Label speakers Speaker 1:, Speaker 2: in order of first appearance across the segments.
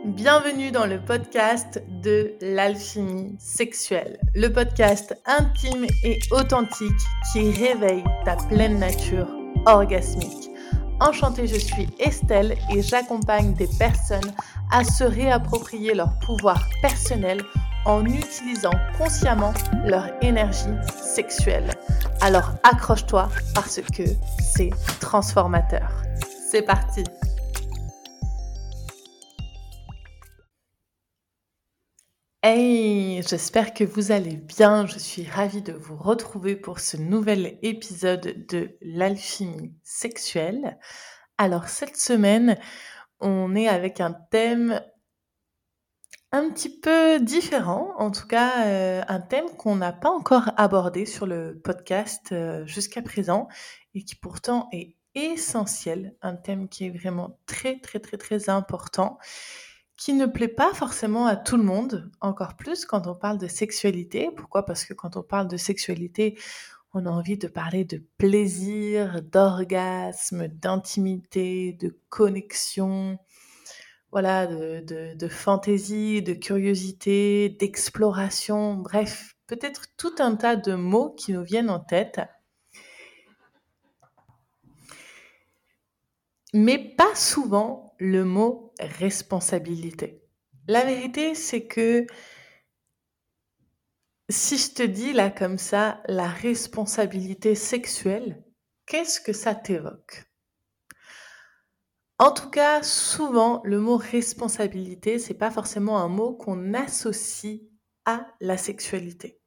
Speaker 1: Bienvenue dans le podcast de l'alchimie sexuelle, le podcast intime et authentique qui réveille ta pleine nature orgasmique. Enchantée, je suis Estelle et j'accompagne des personnes à se réapproprier leur pouvoir personnel en utilisant consciemment leur énergie sexuelle. Alors accroche-toi parce que c'est transformateur. C'est parti! Hey, j'espère que vous allez bien. Je suis ravie de vous retrouver pour ce nouvel épisode de l'alchimie sexuelle. Alors cette semaine, on est avec un thème un petit peu différent, en tout cas un thème qu'on n'a pas encore abordé sur le podcast jusqu'à présent et qui pourtant est essentiel, un thème qui est vraiment très très très très important, qui ne plaît pas forcément à tout le monde, encore plus quand on parle de sexualité. Pourquoi? Parce que quand on parle de sexualité, on a envie de parler de plaisir, d'orgasme, d'intimité, de connexion, voilà, de fantaisie, de curiosité, d'exploration, bref, peut-être tout un tas de mots qui nous viennent en tête, mais pas souvent le mot responsabilité. La vérité, c'est que si je te dis là comme ça, la responsabilité sexuelle, qu'est-ce que ça t'évoque? En tout cas, souvent, le mot responsabilité, c'est pas forcément un mot qu'on associe à la sexualité.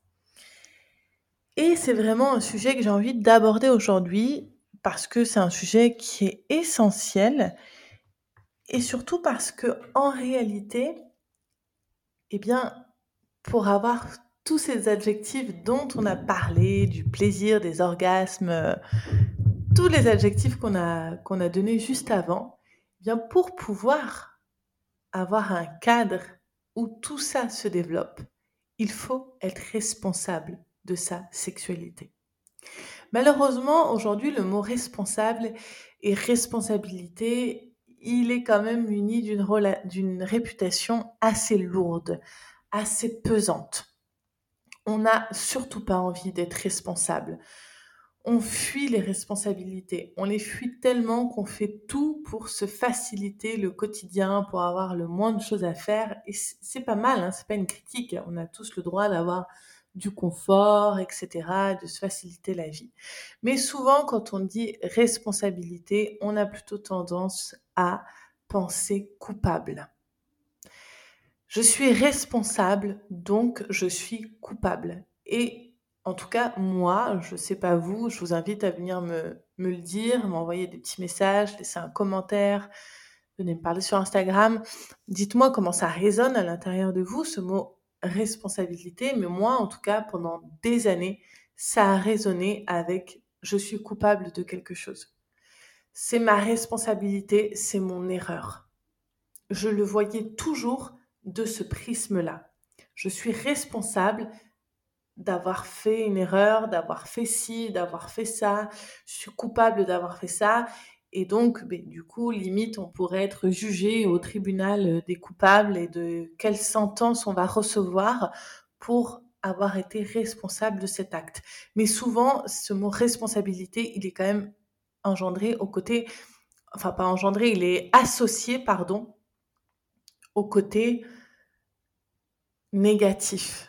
Speaker 1: Et c'est vraiment un sujet que j'ai envie d'aborder aujourd'hui parce que c'est un sujet qui est essentiel et surtout parce que en réalité, eh bien, pour avoir tous ces adjectifs dont on a parlé, du plaisir, des orgasmes, tous les adjectifs qu'on a donnés juste avant, eh bien pour pouvoir avoir un cadre où tout ça se développe, il faut être responsable de sa sexualité. Malheureusement, aujourd'hui, le mot responsable et responsabilité, il est quand même muni d'une réputation assez lourde, assez pesante. On n'a surtout pas envie d'être responsable. On fuit les responsabilités. On les fuit tellement qu'on fait tout pour se faciliter le quotidien, pour avoir le moins de choses à faire. Et c'est pas mal, hein, c'est pas une critique. On a tous le droit d'avoir du confort, etc., de se faciliter la vie. Mais souvent, quand on dit responsabilité, on a plutôt tendance à penser coupable. Je suis responsable, donc je suis coupable. Et en tout cas, moi, je sais pas vous, je vous invite à venir me le dire, m'envoyer des petits messages, laisser un commentaire, venez me parler sur Instagram. Dites-moi comment ça résonne à l'intérieur de vous, ce mot responsabilité. Mais moi, en tout cas, pendant des années, ça a résonné avec je suis coupable de quelque chose. C'est ma responsabilité, c'est mon erreur. Je le voyais toujours de ce prisme-là. Je suis responsable d'avoir fait une erreur, d'avoir fait ci, d'avoir fait ça. Je suis coupable d'avoir fait ça. Et donc, du coup, limite, on pourrait être jugé au tribunal des coupables et de quelle sentence on va recevoir pour avoir été responsable de cet acte. Mais souvent, ce mot responsabilité, il est quand même engendré au côté, enfin pas engendré, il est associé, pardon, au côté négatif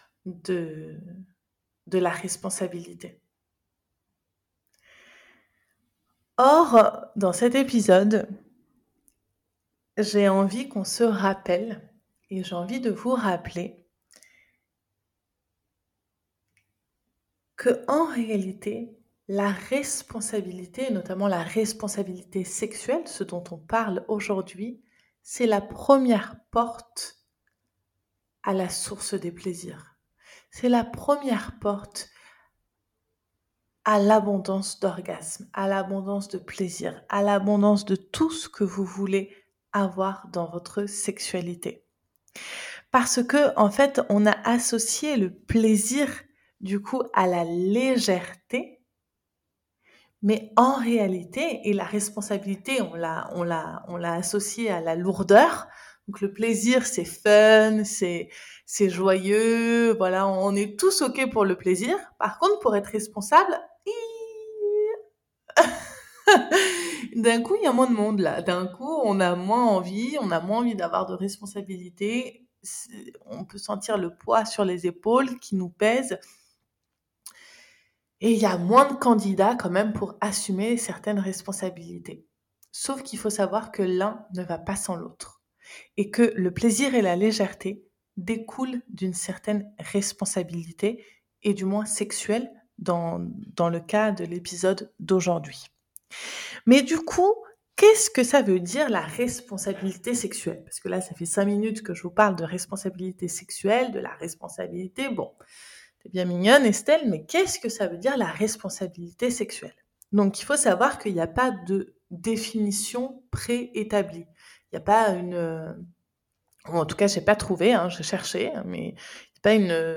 Speaker 1: de la responsabilité. Or, dans cet épisode, j'ai envie qu'on se rappelle et j'ai envie de vous rappeler que en réalité, la responsabilité, notamment la responsabilité sexuelle, ce dont on parle aujourd'hui, c'est la première porte à la source des plaisirs. C'est la première porte à l'abondance d'orgasme, à l'abondance de plaisir, à l'abondance de tout ce que vous voulez avoir dans votre sexualité. Parce que, en fait, on a associé le plaisir, du coup, à la légèreté, mais en réalité, et la responsabilité, on l'a associé à la lourdeur. Donc le plaisir, c'est fun, c'est joyeux, voilà, on est tous OK pour le plaisir. Par contre, pour être responsable, d'un coup, il y a moins de monde là. D'un coup, on a moins envie d'avoir de responsabilités. On peut sentir le poids sur les épaules qui nous pèse. Et il y a moins de candidats quand même pour assumer certaines responsabilités. Sauf qu'il faut savoir que l'un ne va pas sans l'autre. Et que le plaisir et la légèreté découlent d'une certaine responsabilité, et du moins sexuelle, dans le cas de l'épisode d'aujourd'hui. Mais du coup, qu'est-ce que ça veut dire la responsabilité sexuelle? Parce que là, ça fait 5 minutes que je vous parle de responsabilité sexuelle, de la responsabilité. Bon, t'es bien mignonne, Estelle, mais qu'est-ce que ça veut dire la responsabilité sexuelle? Donc, il faut savoir qu'il n'y a pas de définition préétablie. Il n'y a pas ou en tout cas, j'ai pas trouvé, hein, j'ai cherché, mais il n'y a pas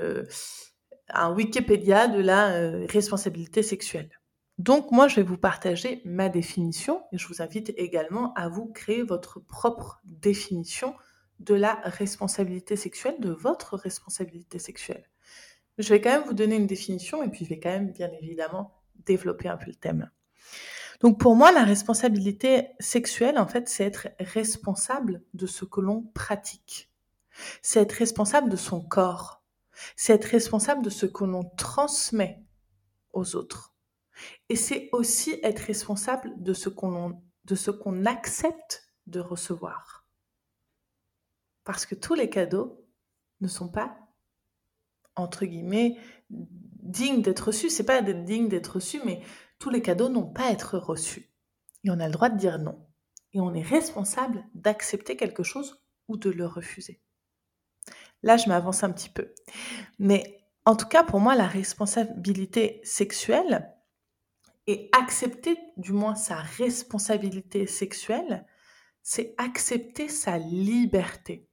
Speaker 1: un Wikipédia de la responsabilité sexuelle. Donc, moi, je vais vous partager ma définition et je vous invite également à vous créer votre propre définition de la responsabilité sexuelle, de votre responsabilité sexuelle. Je vais quand même vous donner une définition et puis je vais quand même, bien évidemment, développer un peu le thème. Donc, pour moi, la responsabilité sexuelle, en fait, c'est être responsable de ce que l'on pratique. C'est être responsable de son corps. C'est être responsable de ce que l'on transmet aux autres. Et c'est aussi être responsable de ce qu'on accepte de recevoir. Parce que tous les cadeaux ne sont pas, entre guillemets, dignes d'être reçus. C'est pas d'être digne d'être reçus, mais tous les cadeaux n'ont pas à être reçus. Et on a le droit de dire non. Et on est responsable d'accepter quelque chose ou de le refuser. Là, je m'avance un petit peu. Mais en tout cas, pour moi, la responsabilité sexuelle, et accepter du moins sa responsabilité sexuelle, c'est accepter sa liberté.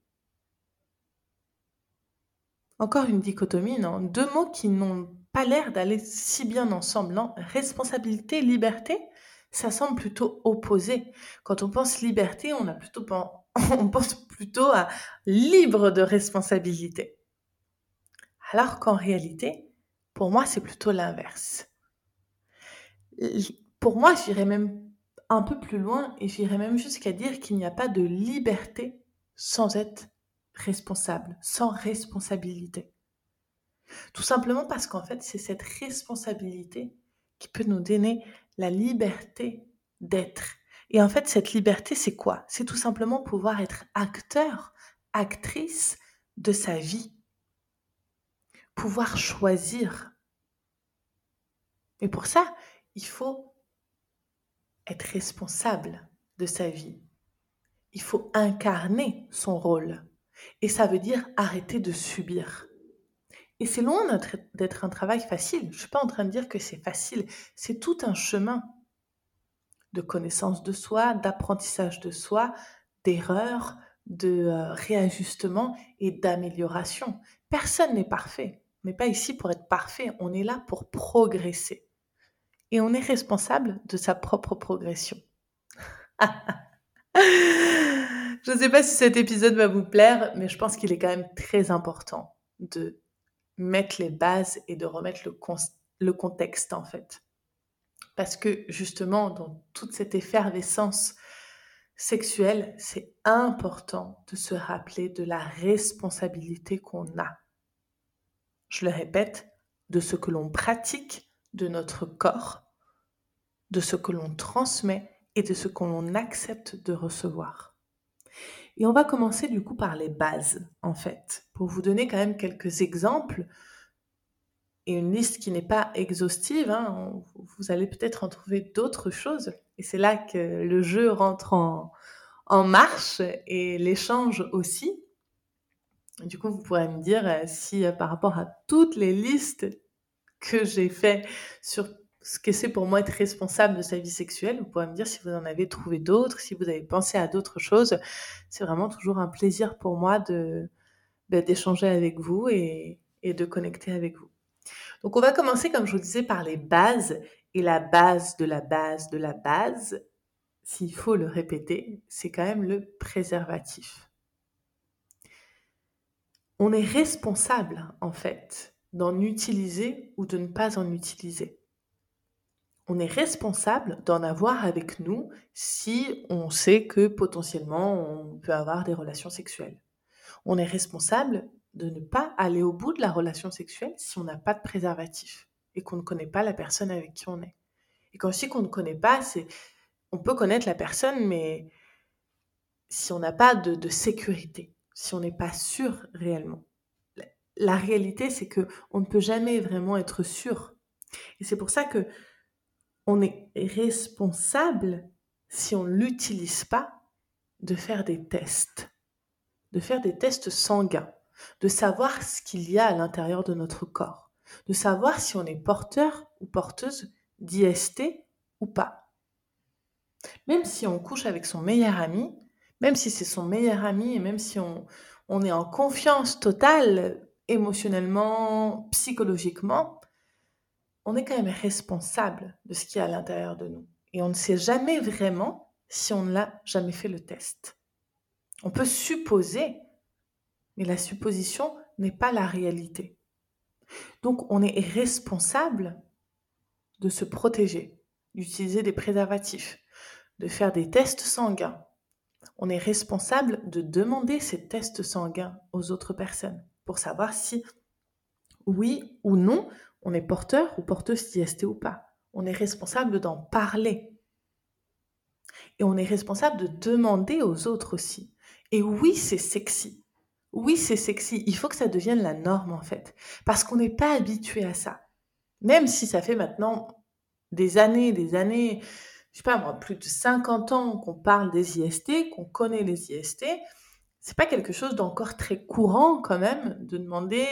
Speaker 1: Encore une dichotomie, non? Deux mots qui n'ont pas l'air d'aller si bien ensemble, non? Responsabilité, liberté, ça semble plutôt opposé. Quand on pense liberté, on pense plutôt à libre de responsabilité. Alors qu'en réalité, pour moi, c'est plutôt l'inverse. Pour moi, j'irais même un peu plus loin et j'irais même jusqu'à dire qu'il n'y a pas de liberté sans être responsable, sans responsabilité. Tout simplement parce qu'en fait, c'est cette responsabilité qui peut nous donner la liberté d'être. Et en fait, cette liberté, c'est quoi? C'est tout simplement pouvoir être acteur, actrice de sa vie, pouvoir choisir. Et pour ça, il faut être responsable de sa vie. Il faut incarner son rôle. Et ça veut dire arrêter de subir. Et c'est loin d'être un travail facile. Je ne suis pas en train de dire que c'est facile. C'est tout un chemin de connaissance de soi, d'apprentissage de soi, d'erreurs, de réajustement et d'amélioration. Personne n'est parfait. On n'est pas ici pour être parfait. On est là pour progresser. Et on est responsable de sa propre progression. Je ne sais pas si cet épisode va vous plaire, mais je pense qu'il est quand même très important de mettre les bases et de remettre le contexte en fait. Parce que justement, dans toute cette effervescence sexuelle, c'est important de se rappeler de la responsabilité qu'on a. Je le répète, de ce que l'on pratique, de notre corps, de ce que l'on transmet et de ce que l'on accepte de recevoir. Et on va commencer du coup par les bases, en fait, pour vous donner quand même quelques exemples et une liste qui n'est pas exhaustive. Hein, vous allez peut-être en trouver d'autres choses. Et c'est là que le jeu rentre en marche et l'échange aussi. Du coup, vous pourrez me dire si par rapport à toutes les listes que j'ai fait sur ce que c'est pour moi être responsable de sa vie sexuelle, vous pourrez me dire si vous en avez trouvé d'autres, si vous avez pensé à d'autres choses. C'est vraiment toujours un plaisir pour moi d'échanger avec vous et de connecter avec vous. Donc, on va commencer, comme je vous disais, par les bases. Et la base de la base de la base, s'il faut le répéter, c'est quand même le préservatif. on est responsable, en fait, d'en utiliser ou de ne pas en utiliser. On est responsable d'en avoir avec nous si on sait que potentiellement on peut avoir des relations sexuelles. On est responsable de ne pas aller au bout de la relation sexuelle si on n'a pas de préservatif et qu'on ne connaît pas la personne avec qui on est. Et quand je dis qu'on ne connaît pas, on peut connaître la personne, mais si on n'a pas de sécurité, si on n'est pas sûr réellement. La réalité, c'est que on ne peut jamais vraiment être sûr. Et c'est pour ça que on est responsable, si on ne l'utilise pas, de faire des tests, sanguins, de savoir ce qu'il y a à l'intérieur de notre corps, de savoir si on est porteur ou porteuse d'IST ou pas. Même si on couche avec son meilleur ami, même si c'est son meilleur ami et même si on est en confiance totale émotionnellement, psychologiquement, on est quand même responsable de ce qu'il y a à l'intérieur de nous. Et on ne sait jamais vraiment si on ne l'a jamais fait le test. On peut supposer, mais la supposition n'est pas la réalité. Donc on est responsable de se protéger, d'utiliser des préservatifs, de faire des tests sanguins. On est responsable de demander ces tests sanguins aux autres personnes pour savoir si, oui ou non, on est porteur ou porteuse d'IST ou pas. On est responsable d'en parler. Et on est responsable de demander aux autres aussi. Et oui, c'est sexy. Oui, c'est sexy. Il faut que ça devienne la norme, en fait. Parce qu'on n'est pas habitué à ça. Même si ça fait maintenant des années, je sais pas moi, plus de 50 ans qu'on parle des IST, qu'on connaît les IST, c'est pas quelque chose d'encore très courant quand même de demander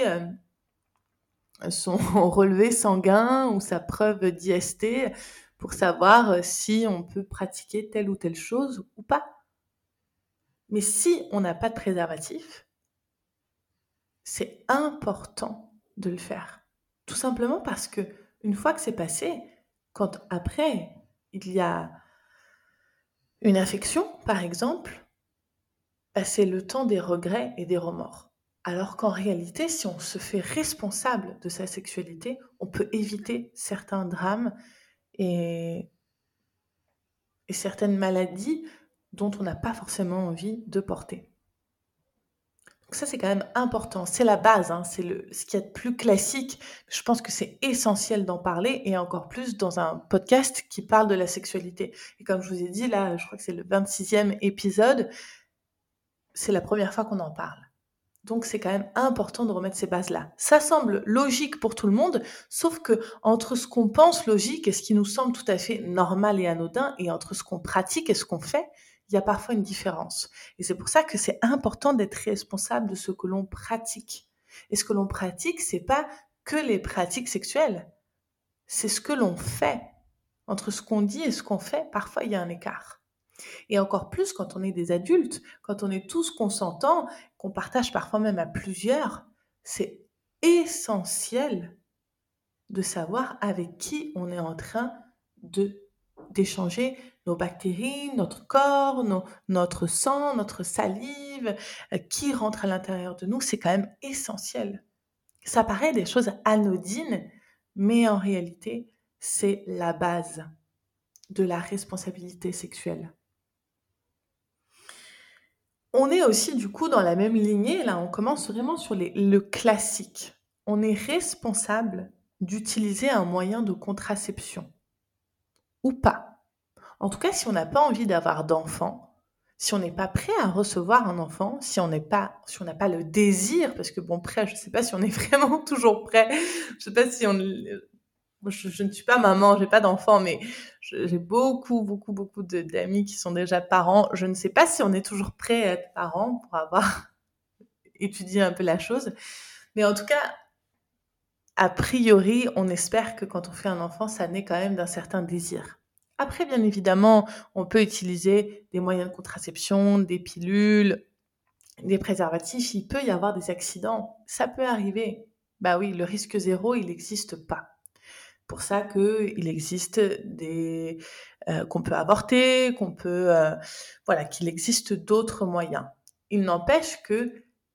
Speaker 1: son relevé sanguin ou sa preuve d'IST pour savoir si on peut pratiquer telle ou telle chose ou pas. Mais si on n'a pas de préservatif, c'est important de le faire. Tout simplement parce que une fois que c'est passé, quand après il y a une infection, par exemple, c'est le temps des regrets et des remords. Alors qu'en réalité, si on se fait responsable de sa sexualité, on peut éviter certains drames et certaines maladies dont on n'a pas forcément envie de porter. Donc ça, c'est quand même important. C'est la base, c'est ce qu'il y a de plus classique. Je pense que c'est essentiel d'en parler et encore plus dans un podcast qui parle de la sexualité. Et comme je vous ai dit, là, je crois que c'est le 26e épisode, c'est la première fois qu'on en parle. Donc, c'est quand même important de remettre ces bases-là. Ça semble logique pour tout le monde, sauf que entre ce qu'on pense logique et ce qui nous semble tout à fait normal et anodin, et entre ce qu'on pratique et ce qu'on fait, il y a parfois une différence. Et c'est pour ça que c'est important d'être responsable de ce que l'on pratique. Et ce que l'on pratique, c'est pas que les pratiques sexuelles. C'est ce que l'on fait. Entre ce qu'on dit et ce qu'on fait, parfois il y a un écart. Et encore plus quand on est des adultes, quand on est tous consentants, qu'on partage parfois même à plusieurs, c'est essentiel de savoir avec qui on est en train d'échanger nos bactéries, notre corps, notre sang, notre salive, qui rentre à l'intérieur de nous, c'est quand même essentiel. Ça paraît des choses anodines, mais en réalité, c'est la base de la responsabilité sexuelle. On est aussi du coup dans la même lignée, là on commence vraiment sur le classique. On est responsable d'utiliser un moyen de contraception ou pas. En tout cas, si on n'a pas envie d'avoir d'enfant, si on n'est pas prêt à recevoir un enfant, si on n'a pas le désir, parce que bon, prêt, je ne sais pas si on est vraiment toujours prêt, je ne sais pas si je ne suis pas maman, j'ai pas d'enfant, mais j'ai beaucoup d'amis qui sont déjà parents. Je ne sais pas si on est toujours prêt à être parent pour avoir étudié un peu la chose. Mais en tout cas, a priori, on espère que quand on fait un enfant, ça naît quand même d'un certain désir. Après, bien évidemment, on peut utiliser des moyens de contraception, des pilules, des préservatifs. Il peut y avoir des accidents. Ça peut arriver. Bah oui, le risque zéro, il n'existe pas. Pour ça qu'il existe qu'on peut avorter, qu'il existe d'autres moyens. Il n'empêche que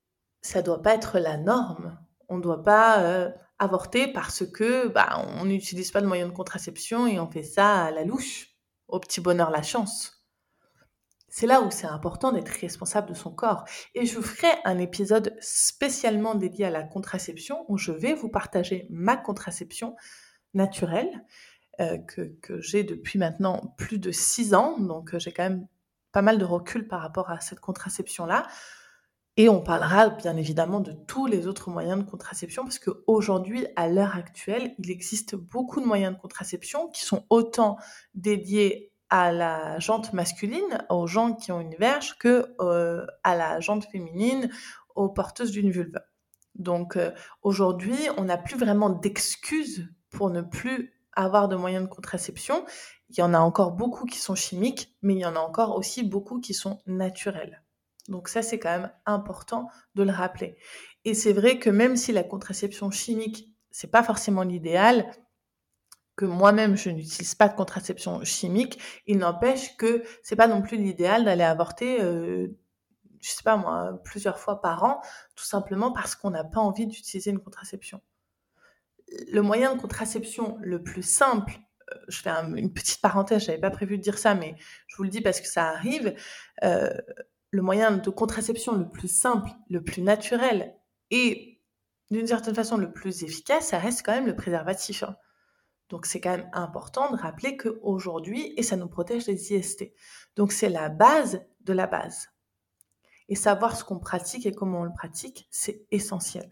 Speaker 1: ça doit pas être la norme. On doit pas, avorter parce que, on n'utilise pas de moyen de contraception et on fait ça à la louche, au petit bonheur la chance. C'est là où c'est important d'être responsable de son corps. Et je ferai un épisode spécialement dédié à la contraception où je vais vous partager ma contraception naturelle que j'ai depuis maintenant plus de 6 ans. Donc j'ai quand même pas mal de recul par rapport à cette contraception-là. Et on parlera bien évidemment de tous les autres moyens de contraception parce qu'aujourd'hui, à l'heure actuelle, il existe beaucoup de moyens de contraception qui sont autant dédiés à la jante masculine, aux gens qui ont une verge, que à la jante féminine, aux porteuses d'une vulve. Donc aujourd'hui, on n'a plus vraiment d'excuses pour ne plus avoir de moyens de contraception. Il y en a encore beaucoup qui sont chimiques, mais il y en a encore aussi beaucoup qui sont naturels. Donc ça, c'est quand même important de le rappeler. Et c'est vrai que même si la contraception chimique, c'est pas forcément l'idéal, que moi-même je n'utilise pas de contraception chimique, il n'empêche que c'est pas non plus l'idéal d'aller avorter, je sais pas moi, plusieurs fois par an, tout simplement parce qu'on n'a pas envie d'utiliser une contraception. Le moyen de contraception le plus simple, je fais une petite parenthèse, j'avais pas prévu de dire ça, mais je vous le dis parce que ça arrive. Le moyen de contraception le plus simple, le plus naturel et d'une certaine façon le plus efficace, ça reste quand même le préservatif. Donc c'est quand même important de rappeler qu'aujourd'hui, et ça nous protège des IST. Donc c'est la base de la base. Et savoir ce qu'on pratique et comment on le pratique, c'est essentiel.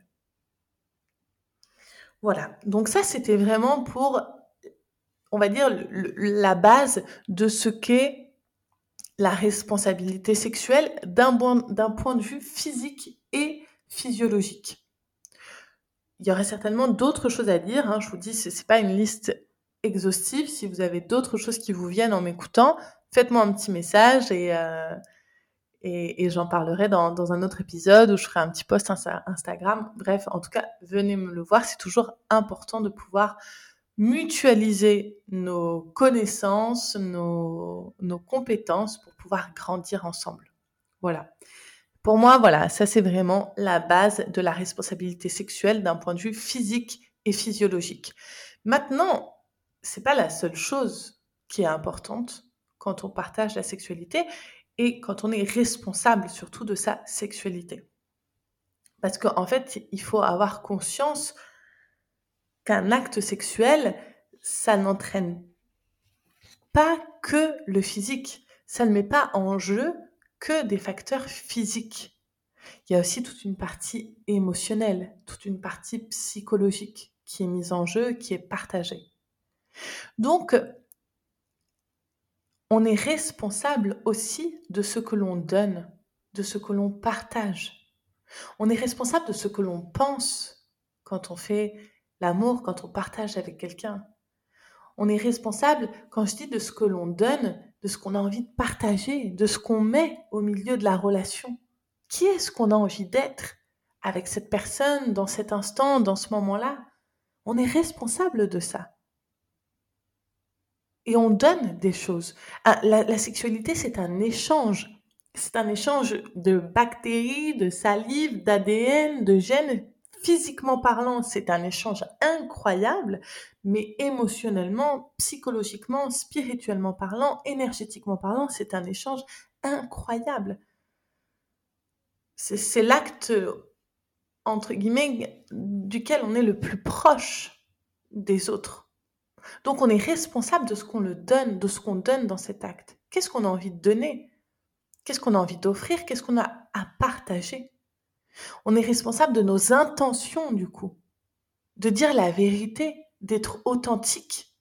Speaker 1: Voilà, donc ça c'était vraiment pour, on va dire, la base de ce qu'est la responsabilité sexuelle d'un point de vue physique et physiologique. Il y aurait certainement d'autres choses à dire, je vous dis, c'est pas une liste exhaustive. Si vous avez d'autres choses qui vous viennent en m'écoutant, faites-moi un petit message et j'en parlerai dans un autre épisode où je ferai un petit post Instagram. Bref, en tout cas, venez me le voir. C'est toujours important de pouvoir mutualiser nos connaissances, nos compétences pour pouvoir grandir ensemble. Voilà. Pour moi, voilà, ça c'est vraiment la base de la responsabilité sexuelle d'un point de vue physique et physiologique. Maintenant, c'est pas la seule chose qui est importante quand on partage la sexualité et quand on est responsable surtout de sa sexualité. Parce qu'en fait, il faut avoir conscience qu'un acte sexuel, ça n'entraîne pas que le physique. Ça ne met pas en jeu que des facteurs physiques. Il y a aussi toute une partie émotionnelle, toute une partie psychologique qui est mise en jeu, qui est partagée. Donc, on est responsable aussi de ce que l'on donne, de ce que l'on partage. On est responsable de ce que l'on pense quand on fait l'amour, quand on partage avec quelqu'un. On est responsable, quand je dis de ce que l'on donne, de ce qu'on a envie de partager, de ce qu'on met au milieu de la relation. Qui est-ce qu'on a envie d'être avec cette personne, dans cet instant, dans ce moment-là? On est responsable de ça. Et on donne des choses. La sexualité, c'est un échange. C'est un échange de bactéries, de salive, d'ADN, de gènes. Physiquement parlant, c'est un échange incroyable, mais émotionnellement, psychologiquement, spirituellement parlant, énergétiquement parlant, c'est un échange incroyable. C'est l'acte, entre guillemets, duquel on est le plus proche des autres. Donc on est responsable de ce qu'on le donne, de ce qu'on donne dans cet acte. Qu'est-ce qu'on a envie de donner? Qu'est-ce qu'on a envie d'offrir? Qu'est-ce qu'on a à partager? On est responsable de nos intentions, du coup, de dire la vérité, d'être authentique.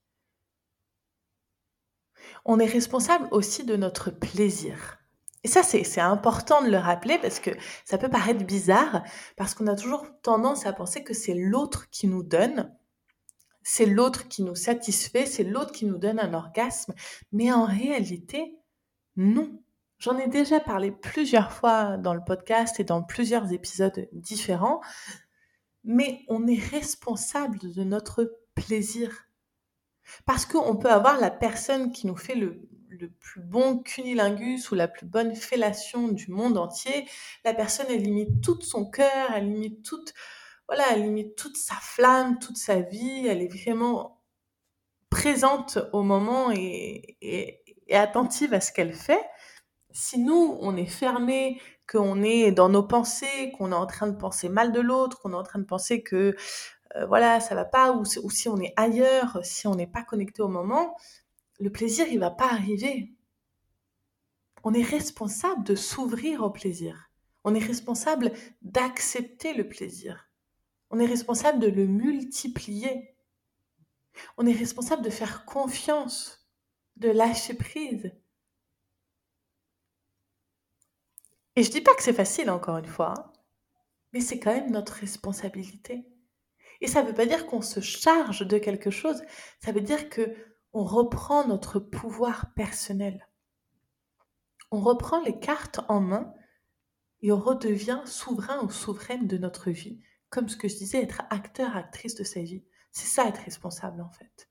Speaker 1: On est responsable aussi de notre plaisir. Et ça, c'est important de le rappeler parce que ça peut paraître bizarre, parce qu'on a toujours tendance à penser que c'est l'autre qui nous donne, c'est l'autre qui nous satisfait, c'est l'autre qui nous donne un orgasme. Mais en réalité, non. J'en ai déjà parlé plusieurs fois dans le podcast et dans plusieurs épisodes différents, mais on est responsable de notre plaisir. Parce qu'on peut avoir la personne qui nous fait le le plus bon cunnilingus ou la plus bonne fellation du monde entier. La personne, elle y met tout son cœur, elle y met voilà, elle y met toute sa flamme, toute sa vie. Elle est vraiment présente au moment et attentive à ce qu'elle fait. Si nous, on est fermé, qu'on est dans nos pensées, qu'on est en train de penser mal de l'autre, qu'on est en train de penser que voilà, ça va pas, ou si on est ailleurs, si on n'est pas connecté au moment, le plaisir, il va pas arriver. On est responsable de s'ouvrir au plaisir. On est responsable d'accepter le plaisir. On est responsable de le multiplier. On est responsable de faire confiance, de lâcher prise. Et je dis pas que c'est facile, encore une fois, hein, mais c'est quand même notre responsabilité. Et ça veut pas dire qu'on se charge de quelque chose, ça veut dire que on reprend notre pouvoir personnel. On reprend les cartes en main et on redevient souverain ou souveraine de notre vie. Comme ce que je disais, être acteur, actrice de sa vie. C'est ça, être responsable, en fait.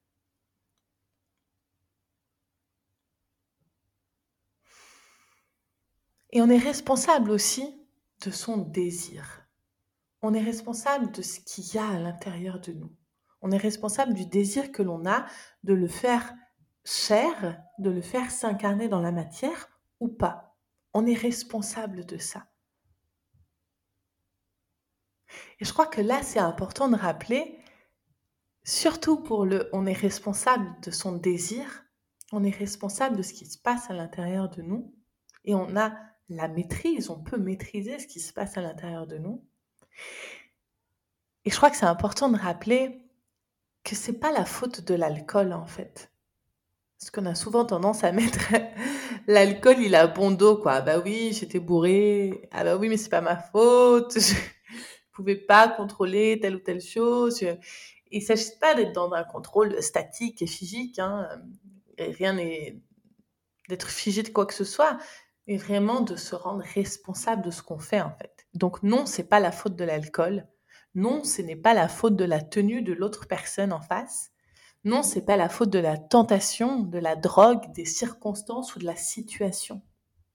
Speaker 1: Et on est responsable aussi de son désir. On est responsable de ce qu'il y a à l'intérieur de nous. On est responsable du désir que l'on a de le faire chair, de le faire s'incarner dans la matière ou pas. On est responsable de ça. Et je crois que là, c'est important de rappeler, surtout pour on est responsable de son désir, on est responsable de ce qui se passe à l'intérieur de nous, et on a la maîtrise, on peut maîtriser ce qui se passe à l'intérieur de nous. Et je crois que c'est important de rappeler que c'est pas la faute de l'alcool, en fait. Parce qu'on a souvent tendance à mettre l'alcool, il a bon dos, quoi. Ah bah oui, j'étais bourrée. Ah bah oui, mais c'est pas ma faute. Je pouvais pas contrôler telle ou telle chose. Il s'agit pas d'être dans un contrôle statique et physique, hein. Et rien n'est d'être figé de quoi que ce soit, mais vraiment de se rendre responsable de ce qu'on fait, en fait. Donc non, c'est pas la faute de l'alcool. Non, ce n'est pas la faute de la tenue de l'autre personne en face. Non, c'est pas la faute de la tentation, de la drogue, des circonstances ou de la situation.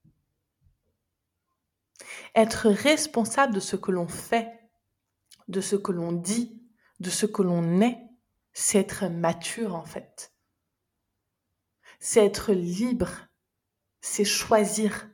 Speaker 1: Être responsable de ce que l'on fait, de ce que l'on dit, de ce que l'on est, c'est être mature, en fait. C'est être libre, c'est choisir.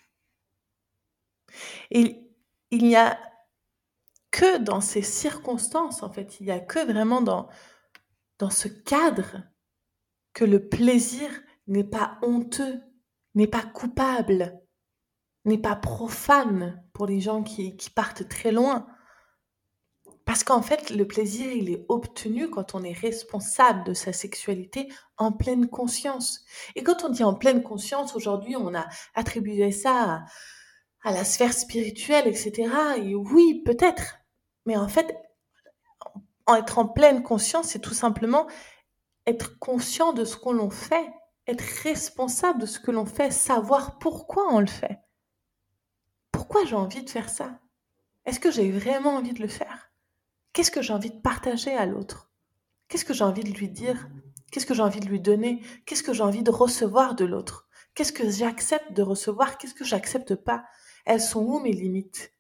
Speaker 1: Et il n'y a que dans ces circonstances, en fait, il n'y a que vraiment dans ce cadre que le plaisir n'est pas honteux, n'est pas coupable, n'est pas profane pour les gens qui partent très loin. Parce qu'en fait, le plaisir, il est obtenu quand on est responsable de sa sexualité en pleine conscience. Et quand on dit en pleine conscience, aujourd'hui, on a attribué ça à la sphère spirituelle, etc. Et oui, peut-être. Mais en fait, être en pleine conscience, c'est tout simplement être conscient de ce que l'on fait, être responsable de ce que l'on fait, savoir pourquoi on le fait. Pourquoi j'ai envie de faire ça? Est-ce que j'ai vraiment envie de le faire? Qu'est-ce que j'ai envie de partager à l'autre? Qu'est-ce que j'ai envie de lui dire? Qu'est-ce que j'ai envie de lui donner? Qu'est-ce que j'ai envie de recevoir de l'autre? Qu'est-ce que j'accepte de recevoir? Qu'est-ce que j'accepte pas? Elles sont où mes limites?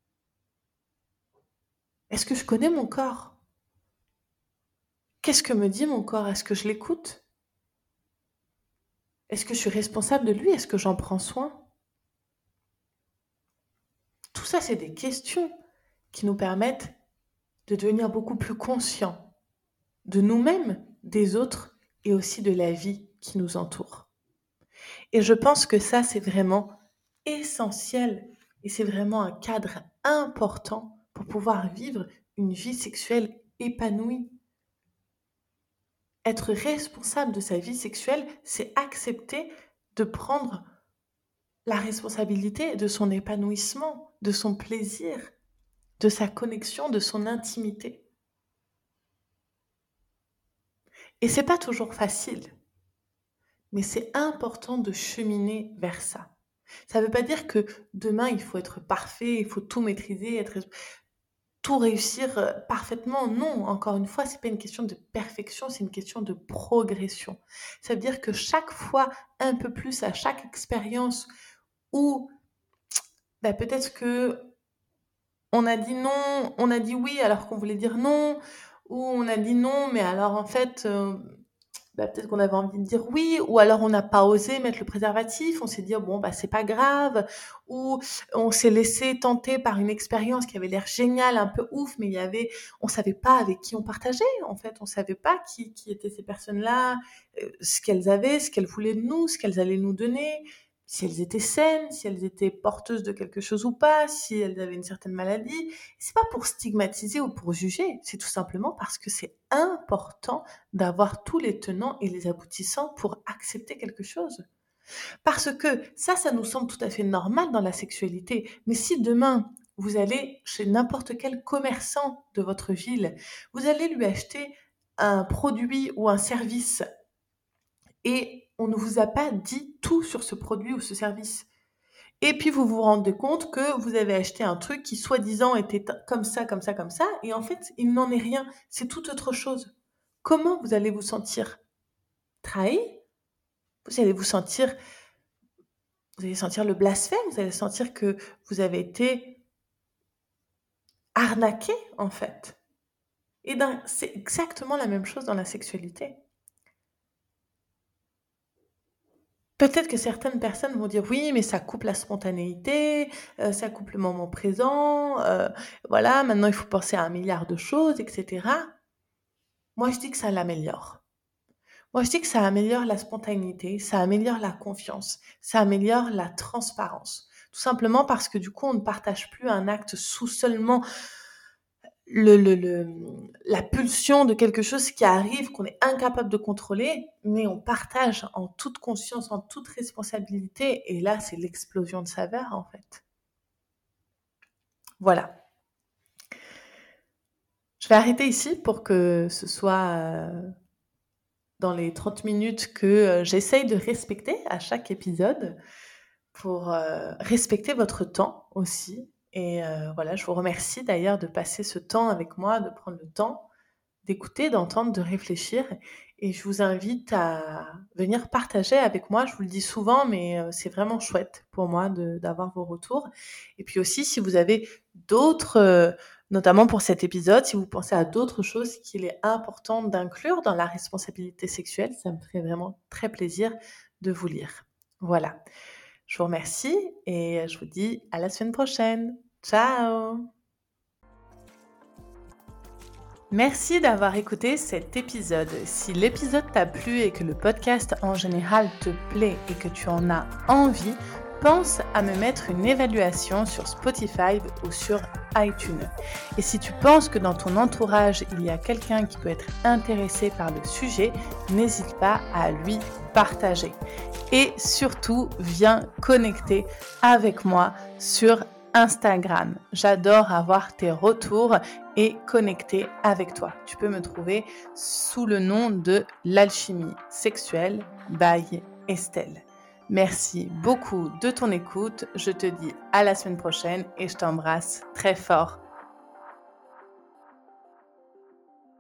Speaker 1: Est-ce que je connais mon corps? Qu'est-ce que me dit mon corps? Est-ce que je l'écoute? Est-ce que je suis responsable de lui? Est-ce que j'en prends soin? Tout ça, c'est des questions qui nous permettent de devenir beaucoup plus conscients de nous-mêmes, des autres et aussi de la vie qui nous entoure. Et je pense que ça, c'est vraiment essentiel et c'est vraiment un cadre important pour pouvoir vivre une vie sexuelle épanouie. Être responsable de sa vie sexuelle, c'est accepter de prendre la responsabilité de son épanouissement, de son plaisir, de sa connexion, de son intimité. Et c'est pas toujours facile, mais c'est important de cheminer vers ça. Ça veut pas dire que demain il faut être parfait, il faut tout maîtriser, tout réussir parfaitement. Non, encore une fois, c'est pas une question de perfection, c'est une question de progression. Ça veut dire que chaque fois, un peu plus à chaque expérience où peut-être que on a dit non, on a dit oui alors qu'on voulait dire non, ou on a dit non, mais alors en fait, peut-être qu'on avait envie de dire oui, ou alors on n'a pas osé mettre le préservatif, on s'est dit: «Bon, c'est pas grave», ou on s'est laissé tenter par une expérience qui avait l'air géniale, un peu ouf, mais on savait pas avec qui on partageait, en fait. On savait pas qui étaient ces personnes-là, ce qu'elles avaient, ce qu'elles voulaient de nous, ce qu'elles allaient nous donner, si elles étaient saines, si elles étaient porteuses de quelque chose ou pas, si elles avaient une certaine maladie. C'est pas pour stigmatiser ou pour juger, c'est tout simplement parce que c'est important d'avoir tous les tenants et les aboutissants pour accepter quelque chose. Parce que ça nous semble tout à fait normal dans la sexualité. Mais si demain, vous allez chez n'importe quel commerçant de votre ville, vous allez lui acheter un produit ou un service et on ne vous a pas dit tout sur ce produit ou ce service. Et puis vous vous rendez compte que vous avez acheté un truc qui soi-disant était comme ça, comme ça, comme ça, et en fait, il n'en est rien. C'est tout autre chose. Comment vous allez vous sentir? Trahi? Vous allez sentir le blasphème, vous allez sentir que vous avez été arnaqué, en fait. Et c'est exactement la même chose dans la sexualité. Peut-être que certaines personnes vont dire: «Oui, mais ça coupe la spontanéité, ça coupe le moment présent, voilà, maintenant il faut penser à 1 000 000 de choses et cetera». Moi, je dis que ça l'améliore. Moi, je dis que ça améliore la spontanéité, ça améliore la confiance, ça améliore la transparence. Tout simplement parce que du coup, on ne partage plus un acte sous seulement la pulsion de quelque chose qui arrive, qu'on est incapable de contrôler, mais on partage en toute conscience, en toute responsabilité, et là, c'est l'explosion de saveur, en fait. Voilà. Je vais arrêter ici pour que ce soit dans les 30 minutes que j'essaye de respecter à chaque épisode, pour respecter votre temps aussi. Et voilà, je vous remercie d'ailleurs de passer ce temps avec moi, de prendre le temps d'écouter, d'entendre, de réfléchir. Et je vous invite à venir partager avec moi. Je vous le dis souvent, mais c'est vraiment chouette pour moi d'avoir vos retours. Et puis aussi, si vous avez d'autres, notamment pour cet épisode, si vous pensez à d'autres choses qu'il est important d'inclure dans la responsabilité sexuelle, ça me ferait vraiment très plaisir de vous lire. Voilà. Je vous remercie et je vous dis à la semaine prochaine. Ciao! Merci d'avoir écouté cet épisode. Si l'épisode t'a plu et que le podcast en général te plaît et que tu en as envie, pense à me mettre une évaluation sur Spotify ou sur iTunes. Et si tu penses que dans ton entourage, il y a quelqu'un qui peut être intéressé par le sujet, n'hésite pas à lui partager. Et surtout, viens connecter avec moi sur Instagram. J'adore avoir tes retours et connecter avec toi. Tu peux me trouver sous le nom de l'alchimie sexuelle by Estelle. Merci beaucoup de ton écoute. Je te dis à la semaine prochaine et je t'embrasse très fort.